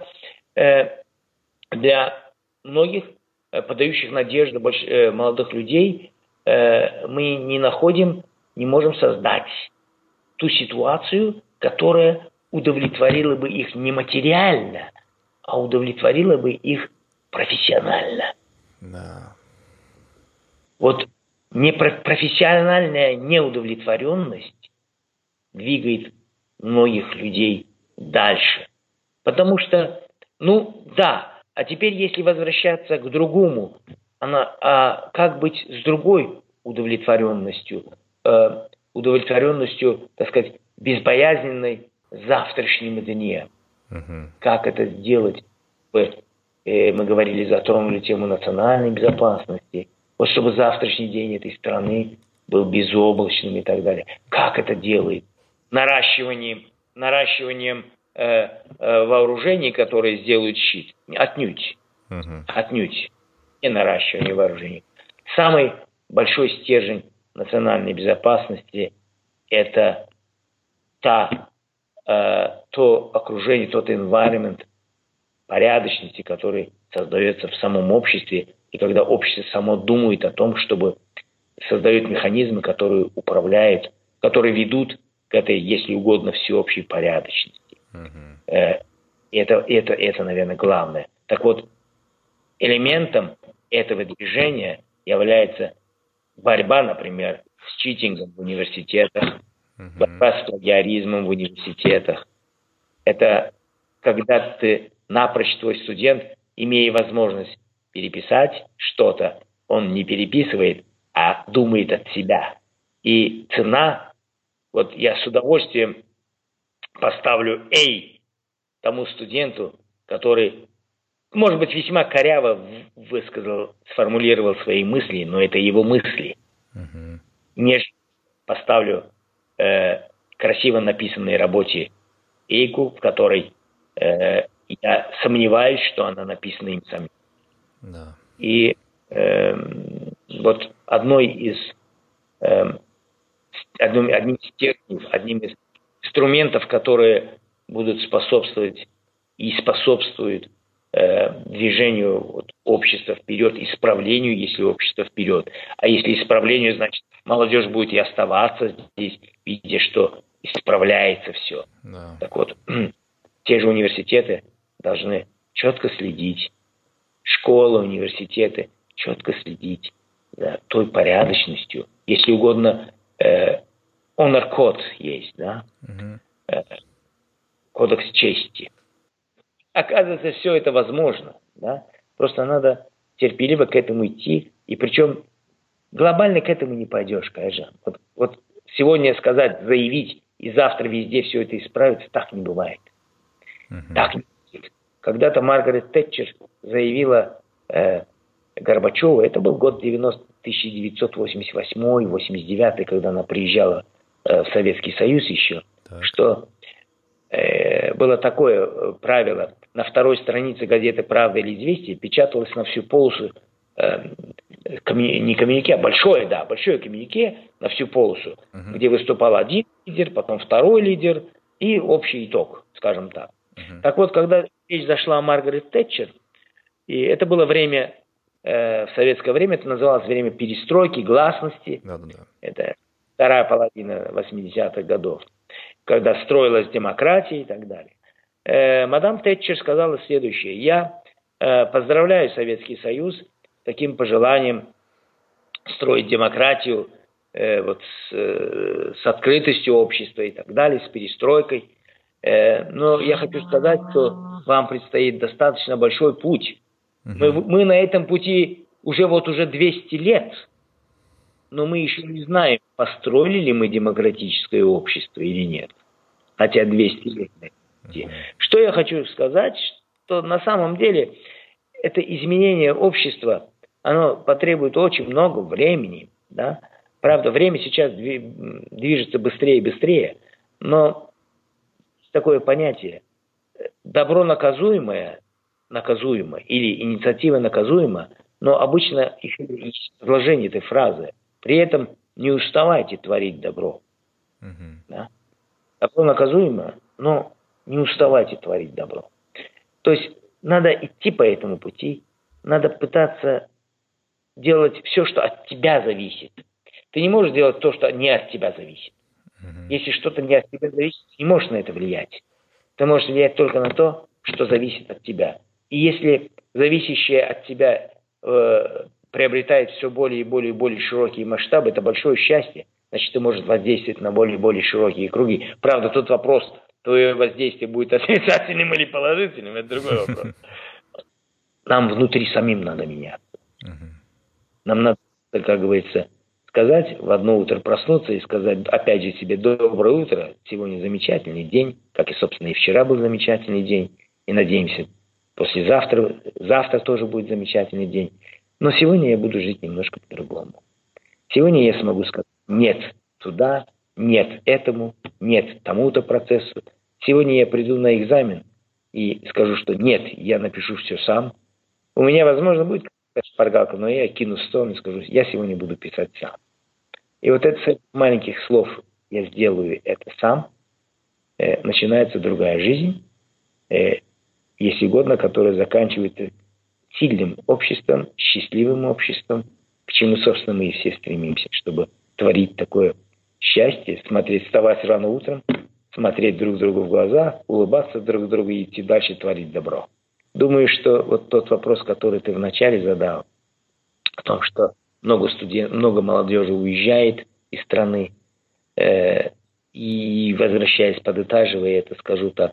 [SPEAKER 3] для многих подающих надежды молодых людей мы не можем создать ту ситуацию, которая удовлетворила бы их не материально, а удовлетворила бы их профессионально. Да. Вот профессиональная неудовлетворенность двигает многих людей дальше. Потому что, а теперь если возвращаться к другому, как быть с другой удовлетворенностью, так сказать, безбоязненной завтрашнем дне. Как это сделать? Мы затронули тему национальной безопасности. Вот чтобы завтрашний день этой страны был безоблачным и так далее. Как это делает? Наращиванием вооружений, которые сделают щит. Отнюдь. Отнюдь. Не наращивание вооружений. Самый большой стержень национальной безопасности – это то окружение, тот environment порядочности, который создается в самом обществе, и когда общество само думает о том, чтобы создает механизмы, которые управляют, которые ведут к этой, если угодно, всеобщей порядочности. Это, наверное, главное. Так вот, элементом этого движения является борьба, например, с читингом в университетах, борьба с плагиаризмом в университетах. Это когда напрочь твой студент, имея возможность переписать что-то, он не переписывает, а думает от себя. И цена, вот я с удовольствием поставлю A тому студенту, который, может быть, весьма коряво сформулировал свои мысли, но это его мысли. Нежели поставлю красиво написанной работе эйку, в которой я сомневаюсь, что она написана им самим. Да. И вот одним из инструментов, которые будут способствовать и способствуют движению общества вперед, исправлению, если общество вперед. А если исправлению, значит, молодежь будет и оставаться здесь, видя, что исправляется все. Да. Так вот, те же университеты должны четко следить, школы, университеты четко следить за той порядочностью. Если угодно, honor code есть, да? Кодекс чести. Оказывается, все это возможно, да? Просто надо терпеливо к этому идти, и причем глобально к этому не пойдешь, Кайжан. Вот сегодня сказать, заявить, и завтра везде все это исправится, так не бывает. Так не бывает. Когда-то Маргарет Тэтчер заявила Горбачеву, это был год 1988-89, когда она приезжала в Советский Союз еще, что было такое правило, на второй странице газеты «Правда» или «Известия» печаталось на всю полосу, не коммюнике, а большое коммюнике на всю полосу, где выступал один лидер, потом второй лидер и общий итог, скажем так. Так вот, когда речь зашла о Маргарет Тэтчер, и это было время, в советское время, это называлось время перестройки, гласности, это вторая половина 80-х годов, когда строилась демократия и так далее. Мадам Тэтчер сказала следующее: я поздравляю Советский Союз с таким пожеланием строить демократию с открытостью общества и так далее, с перестройкой. Но я хочу сказать, что вам предстоит достаточно большой путь. Мы на этом пути уже 200 лет. но мы еще не знаем, построили ли мы демократическое общество или нет. Хотя 200 лет. Что я хочу сказать, что на самом деле это изменение общества, оно потребует очень много времени. Да? Правда, время сейчас движется быстрее и быстрее, но такое понятие добро наказуемое или инициатива наказуема, но обычно еще есть изложение этой фразы. При этом не уставайте творить добро. Да? Добро наказуемо, но не уставайте творить добро. То есть надо идти по этому пути, надо пытаться делать все, что от тебя зависит. Ты не можешь делать то, что не от тебя зависит. Если что-то не от тебя зависит, ты не можешь на это влиять. Ты можешь влиять только на то, что зависит от тебя. И если зависящее от тебя приобретает все более и более широкие масштабы, это большое счастье. Значит, ты можешь воздействовать на более и более широкие круги. Правда, тут вопрос, твое воздействие будет отрицательным или положительным, это другой вопрос. Нам внутри самим надо меняться. Нам надо, как говорится, сказать, в одно утро проснуться и сказать, опять же, себе доброе утро, сегодня замечательный день, как и, собственно, и вчера был замечательный день, и надеемся, завтра тоже будет замечательный день. Но сегодня я буду жить немножко по-другому. Сегодня я смогу сказать нет туда, нет этому, нет тому-то процессу. Сегодня я приду на экзамен и скажу, что нет, я напишу все сам. У меня, возможно, будет какая-то шпаргалка, но я кину в сторону и скажу, я сегодня буду писать сам. И вот это с маленьких слов я сделаю это сам, начинается другая жизнь, если угодно, которая заканчивается сильным обществом, счастливым обществом, к чему, собственно, мы и все стремимся, чтобы творить такое счастье, вставать рано утром, смотреть друг другу в глаза, улыбаться друг другу и идти дальше творить добро. Думаю, что вот тот вопрос, который ты вначале задал, о том, что много молодежи уезжает из страны, и, возвращаясь, подытаживая это, скажу так,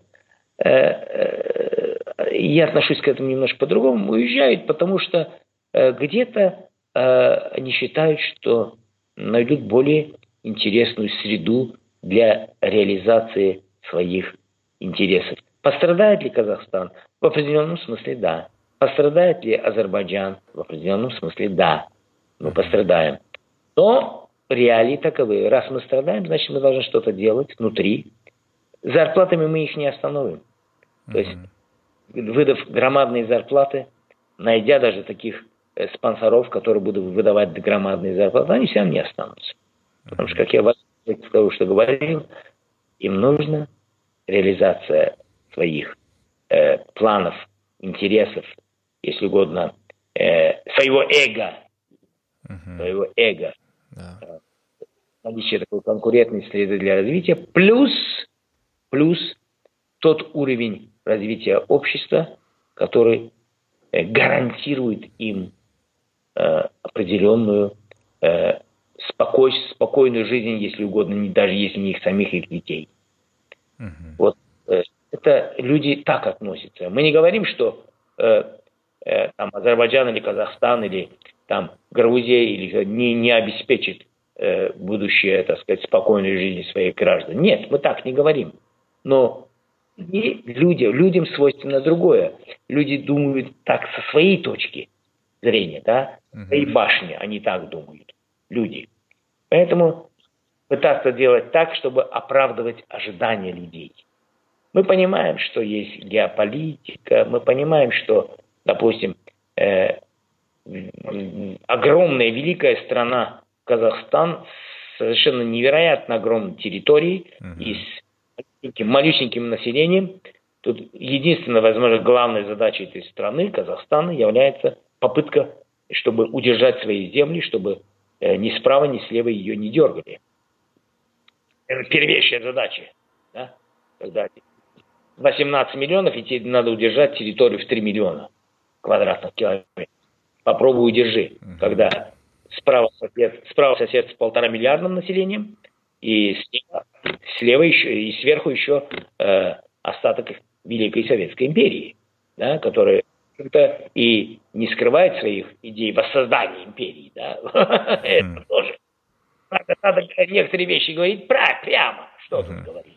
[SPEAKER 3] я отношусь к этому немножко по-другому. Уезжают, потому что где-то они считают, что найдут более интересную среду для реализации своих интересов. Пострадает ли Казахстан? В определенном смысле да. Пострадает ли Азербайджан? В определенном смысле да. Мы пострадаем. Но реалии таковы. Раз мы страдаем, значит мы должны что-то делать внутри. Зарплатами мы их не остановим. То есть, выдав громадные зарплаты, найдя даже таких спонсоров, которые будут выдавать громадные зарплаты, они все равно не останутся. Потому что, как я вас скажу, что говорил, им нужна реализация своих планов, интересов, если угодно, своего эго. Своего эго. Наличие такой конкурентной среды для развития, плюс тот уровень развития общества, который гарантирует им определенную спокойную жизнь, если угодно, даже если не их самих, их детей. Вот это люди так относятся. Мы не говорим, что там Азербайджан или Казахстан или там Грузия или не обеспечит будущее, так сказать, спокойной жизни своих граждан. Нет, мы так не говорим. Но и людям свойственно другое. Люди думают так со своей точки зрения, да, своей башни, они так думают, люди. Поэтому пытаться делать так, чтобы оправдывать ожидания людей. Мы понимаем, что есть геополитика, мы понимаем, что, допустим, огромная, великая страна Казахстан с совершенно невероятно огромной территорией и с малюсеньким населением. Тут единственная, возможно, главная задача этой страны, Казахстана, является попытка, чтобы удержать свои земли, чтобы ни справа, ни слева ее не дергали. Это первейшая задача. Да? Когда 18 миллионов, и тебе надо удержать территорию в 3 миллиона квадратных километров. Попробуй удержи, когда справа сосед с 1,5 миллиардным населением, и слева еще, и сверху еще остаток Великой Советской империи, да, которая и не скрывает своих идей воссоздания империи. Да. Это тоже надо некоторые вещи говорить прямо, что тут говорить.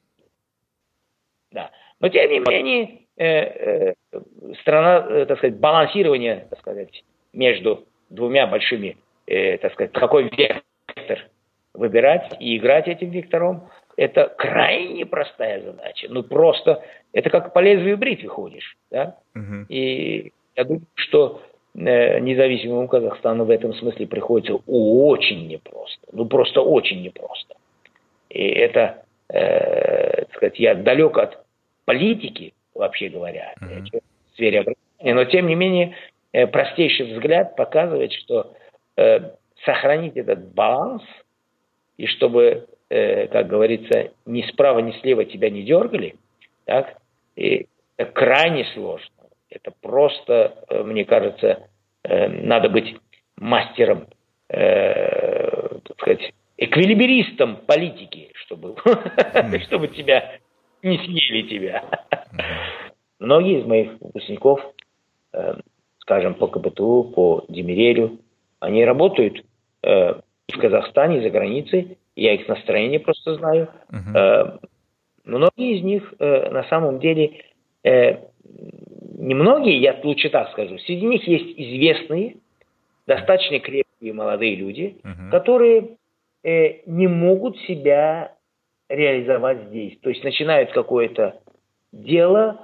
[SPEAKER 3] Да. Но тем не менее, страна, так сказать, балансирование, так сказать, между двумя большими, так сказать, какой вектор выбирать и играть этим вектором, это крайне простая задача. Ну просто, это как по лезвию бритвы ходишь. Да? И я думаю, что независимому Казахстану в этом смысле приходится очень непросто. Ну просто очень непросто. И это, так сказать, я далек от политики, вообще говоря, в сфере образования, но тем не менее простейший взгляд показывает, что сохранить этот баланс, и чтобы, как говорится, ни справа, ни слева тебя не дергали, так, и это крайне сложно. Это просто, мне кажется, надо быть мастером, так сказать, эквилибристом политики, чтобы тебя не съели тебя. Многие из моих выпускников, скажем, по КБТУ, по Демирелю, они работают в Казахстане, за границей. Я их настроение просто знаю. Многие из них на самом деле, немногие, я лучше так скажу, среди них есть известные, достаточно крепкие молодые люди, которые не могут себя реализовать здесь. То есть начинают какое-то дело,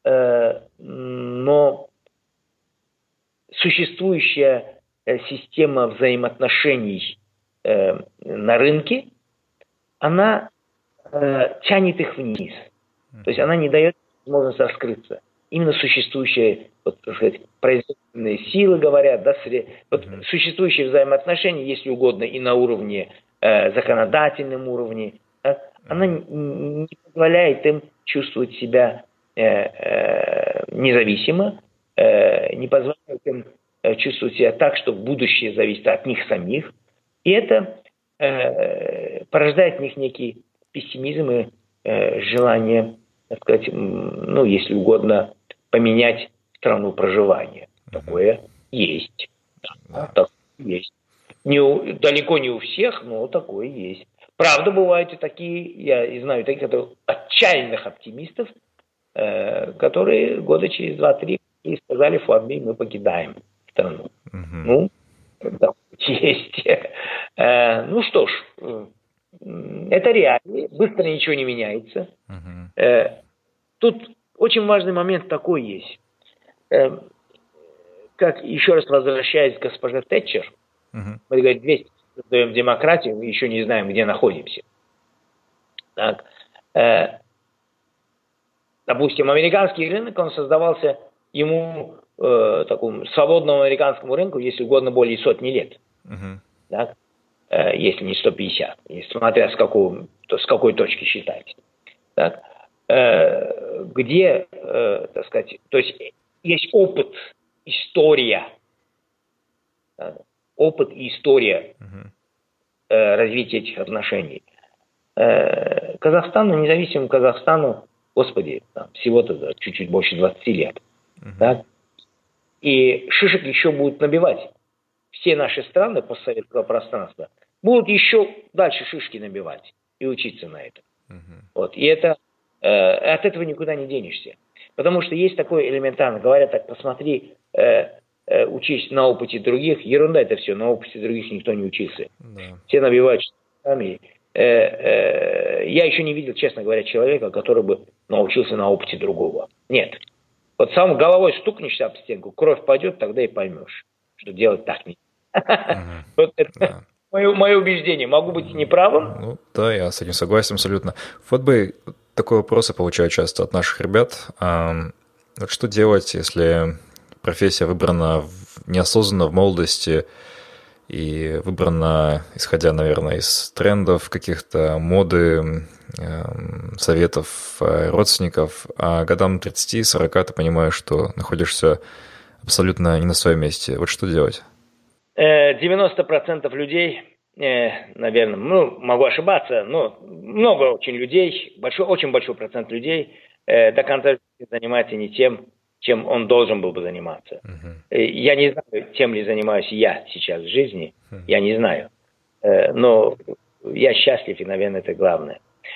[SPEAKER 3] но существующая система взаимоотношений на рынке, она тянет их вниз. То есть она не дает возможность раскрыться. Именно существующие, вот, так сказать, производственные силы, говорят, да, вот, существующие взаимоотношения, если угодно, и на уровне законодательном уровне, да, она не позволяет им чувствовать себя независимо, не позволяет им чувствовать себя так, что будущее зависит от них самих. И это порождает в них некий пессимизм и желание, так сказать, ну, если угодно, поменять страну проживания. Такое есть. Да, такое есть. Далеко не у всех, но такое есть. Правда, бывают и такие, я и знаю таких отчаянных оптимистов, которые года через 2-3 сказали: Фуадбей, мы покидаем страну. Ну, да, есть. Ну что ж, это реалии, быстро ничего не меняется. Тут очень важный момент такой есть. Как, еще раз возвращаясь к госпоже Тэтчер, мы, говорит, 200 создаем демократию, мы еще не знаем, где находимся. Так. Допустим, американский рынок, он создавался ему, такому свободному американскому рынку, если угодно, более сотни лет. Так. Если не 150, смотря с какой точки считать. Так. Где, так сказать, то есть есть опыт, история, опыт и история развития этих отношений. Казахстану, независимому Казахстану, господи, всего-то чуть-чуть больше 20 лет. Так? И шишек еще будут набивать. Все наши страны постсоветского пространства будут еще дальше шишки набивать и учиться на этом. Вот. И это от этого никуда не денешься. Потому что есть такое элементарно. Говорят так: посмотри, учись на опыте других. Ерунда это все. На опыте других никто не учился. Все набивают сами. Я еще не видел, честно говоря, человека, который бы научился на опыте другого. Нет. Вот сам головой стукнешься об стенку, кровь пойдет, тогда и поймешь, что делать так нельзя. Вот это мое убеждение. Могу быть неправым.
[SPEAKER 1] Ну, да, я с этим согласен абсолютно. Вот бы такой вопрос я получаю часто от наших ребят. Вот что делать, если профессия выбрана неосознанно в молодости и выбрана, исходя, наверное, из трендов, каких-то моды, советов родственников, а годам 30-40 ты понимаешь, что находишься абсолютно не на своем месте. Вот что делать?
[SPEAKER 3] 90% людей, наверное, могу ошибаться, но много очень людей, очень большой процент людей до конца жизни занимается не тем, чем он должен был бы заниматься. Я не знаю, тем ли занимаюсь я сейчас в жизни, я не знаю. но я счастлив, и, наверное, это главное.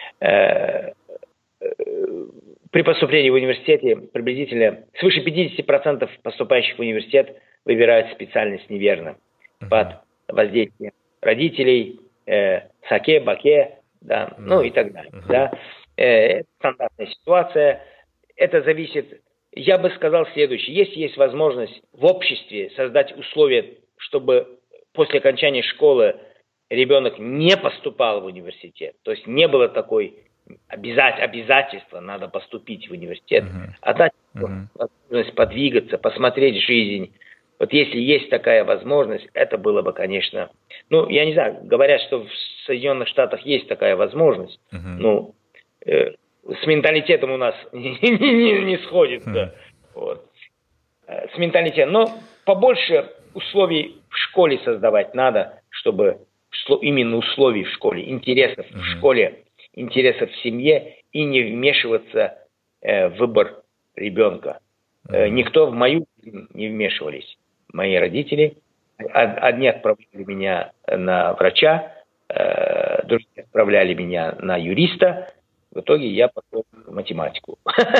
[SPEAKER 3] При поступлении в университете приблизительно свыше 50% поступающих в университет выбирают специальность неверно. Под воздействием родителей, саке, баке, да, ну и так далее. Да. Это стандартная ситуация. Это зависит, я бы сказал следующее. Если есть возможность в обществе создать условия, чтобы после окончания школы ребенок не поступал в университет, то есть не было такой обязательства, надо поступить в университет, а дать возможность подвигаться, посмотреть жизнь. Вот если есть такая возможность, это было бы, конечно... Ну, я не знаю, говорят, что в Соединенных Штатах есть такая возможность. Ну, с менталитетом у нас не сходится. Вот. С менталитетом. Но побольше условий в школе создавать надо, чтобы именно условий в школе, интересов в школе, интересов в семье, и не вмешиваться в выбор ребенка. Никто в мою жизнь не вмешивались. Мои родители. Одни отправляли меня на врача, другие отправляли меня на юриста. В итоге я пошел в математику.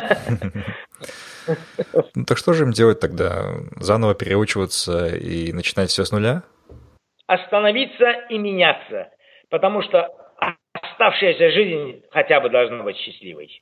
[SPEAKER 1] Ну так что же им делать тогда? Заново переучиваться и начинать все с нуля?
[SPEAKER 3] Остановиться и меняться. Потому что оставшаяся жизнь хотя бы должна быть счастливой.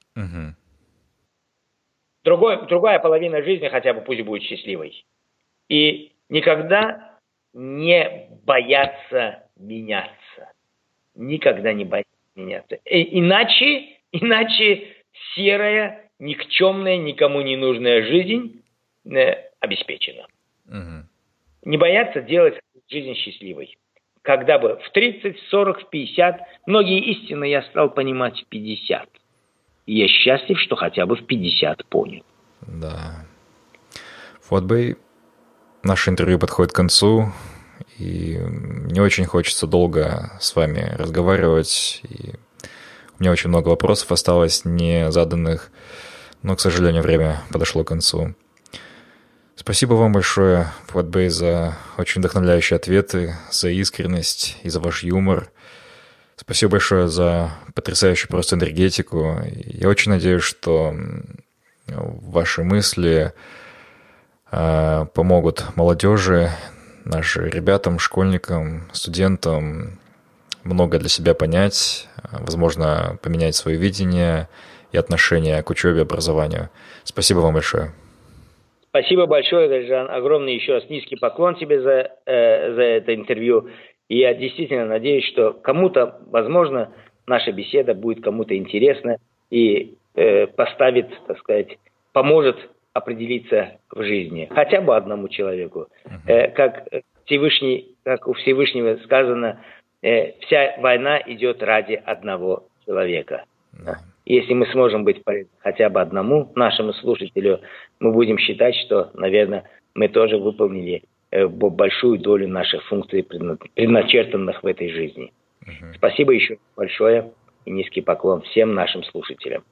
[SPEAKER 3] Другая половина жизни хотя бы пусть будет счастливой. И никогда не бояться меняться. Никогда не бояться меняться. Иначе серая, никчемная, никому не нужная жизнь обеспечена. Не бояться делать жизнь счастливой. Когда бы в 30, 40, 50, многие истины я стал понимать в 50. И я счастлив, что хотя бы в 50 понял.
[SPEAKER 1] Да. Вот бы наше интервью подходит к концу, и мне очень хочется долго с вами разговаривать, и у меня очень много вопросов осталось не заданных, но, к сожалению, время подошло к концу. Спасибо вам большое, Фуатбей, за очень вдохновляющие ответы, за искренность и за ваш юмор. Спасибо большое за потрясающую просто энергетику. Я очень надеюсь, что ваши мысли помогут молодежи, нашим ребятам, школьникам, студентам много для себя понять, возможно, поменять свое видение и отношение к учебе, образованию. Спасибо вам большое.
[SPEAKER 3] Спасибо большое, Гайжан. Огромный еще раз низкий поклон тебе за это интервью. И я действительно надеюсь, что кому-то, возможно, наша беседа будет кому-то интересна и поставит, так сказать, поможет определиться в жизни. Хотя бы одному человеку. Как у Всевышнего сказано, вся война идет ради одного человека. Если мы сможем быть полезны хотя бы одному нашему слушателю, мы будем считать, что, наверное, мы тоже выполнили большую долю наших функций, предначертанных в этой жизни. Спасибо еще большое и низкий поклон всем нашим слушателям.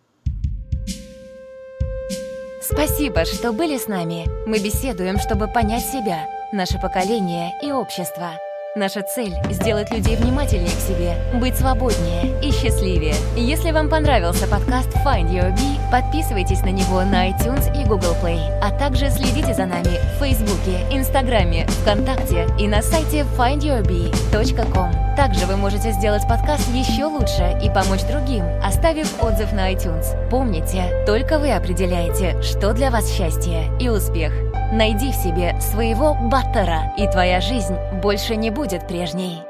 [SPEAKER 2] Спасибо, что были с нами. Мы беседуем, чтобы понять себя, наше поколение и общество. Наша цель – сделать людей внимательнее к себе, быть свободнее и счастливее. Если вам понравился подкаст Find Your Bee, подписывайтесь на него на iTunes и Google Play, а также следите за нами в Фейсбуке, Инстаграме, ВКонтакте и на сайте findyourbee.com. Также вы можете сделать подкаст еще лучше и помочь другим, оставив отзыв на iTunes. Помните, только вы определяете, что для вас счастье и успех. Найди в себе своего баттера, и твоя жизнь больше не будет прежней.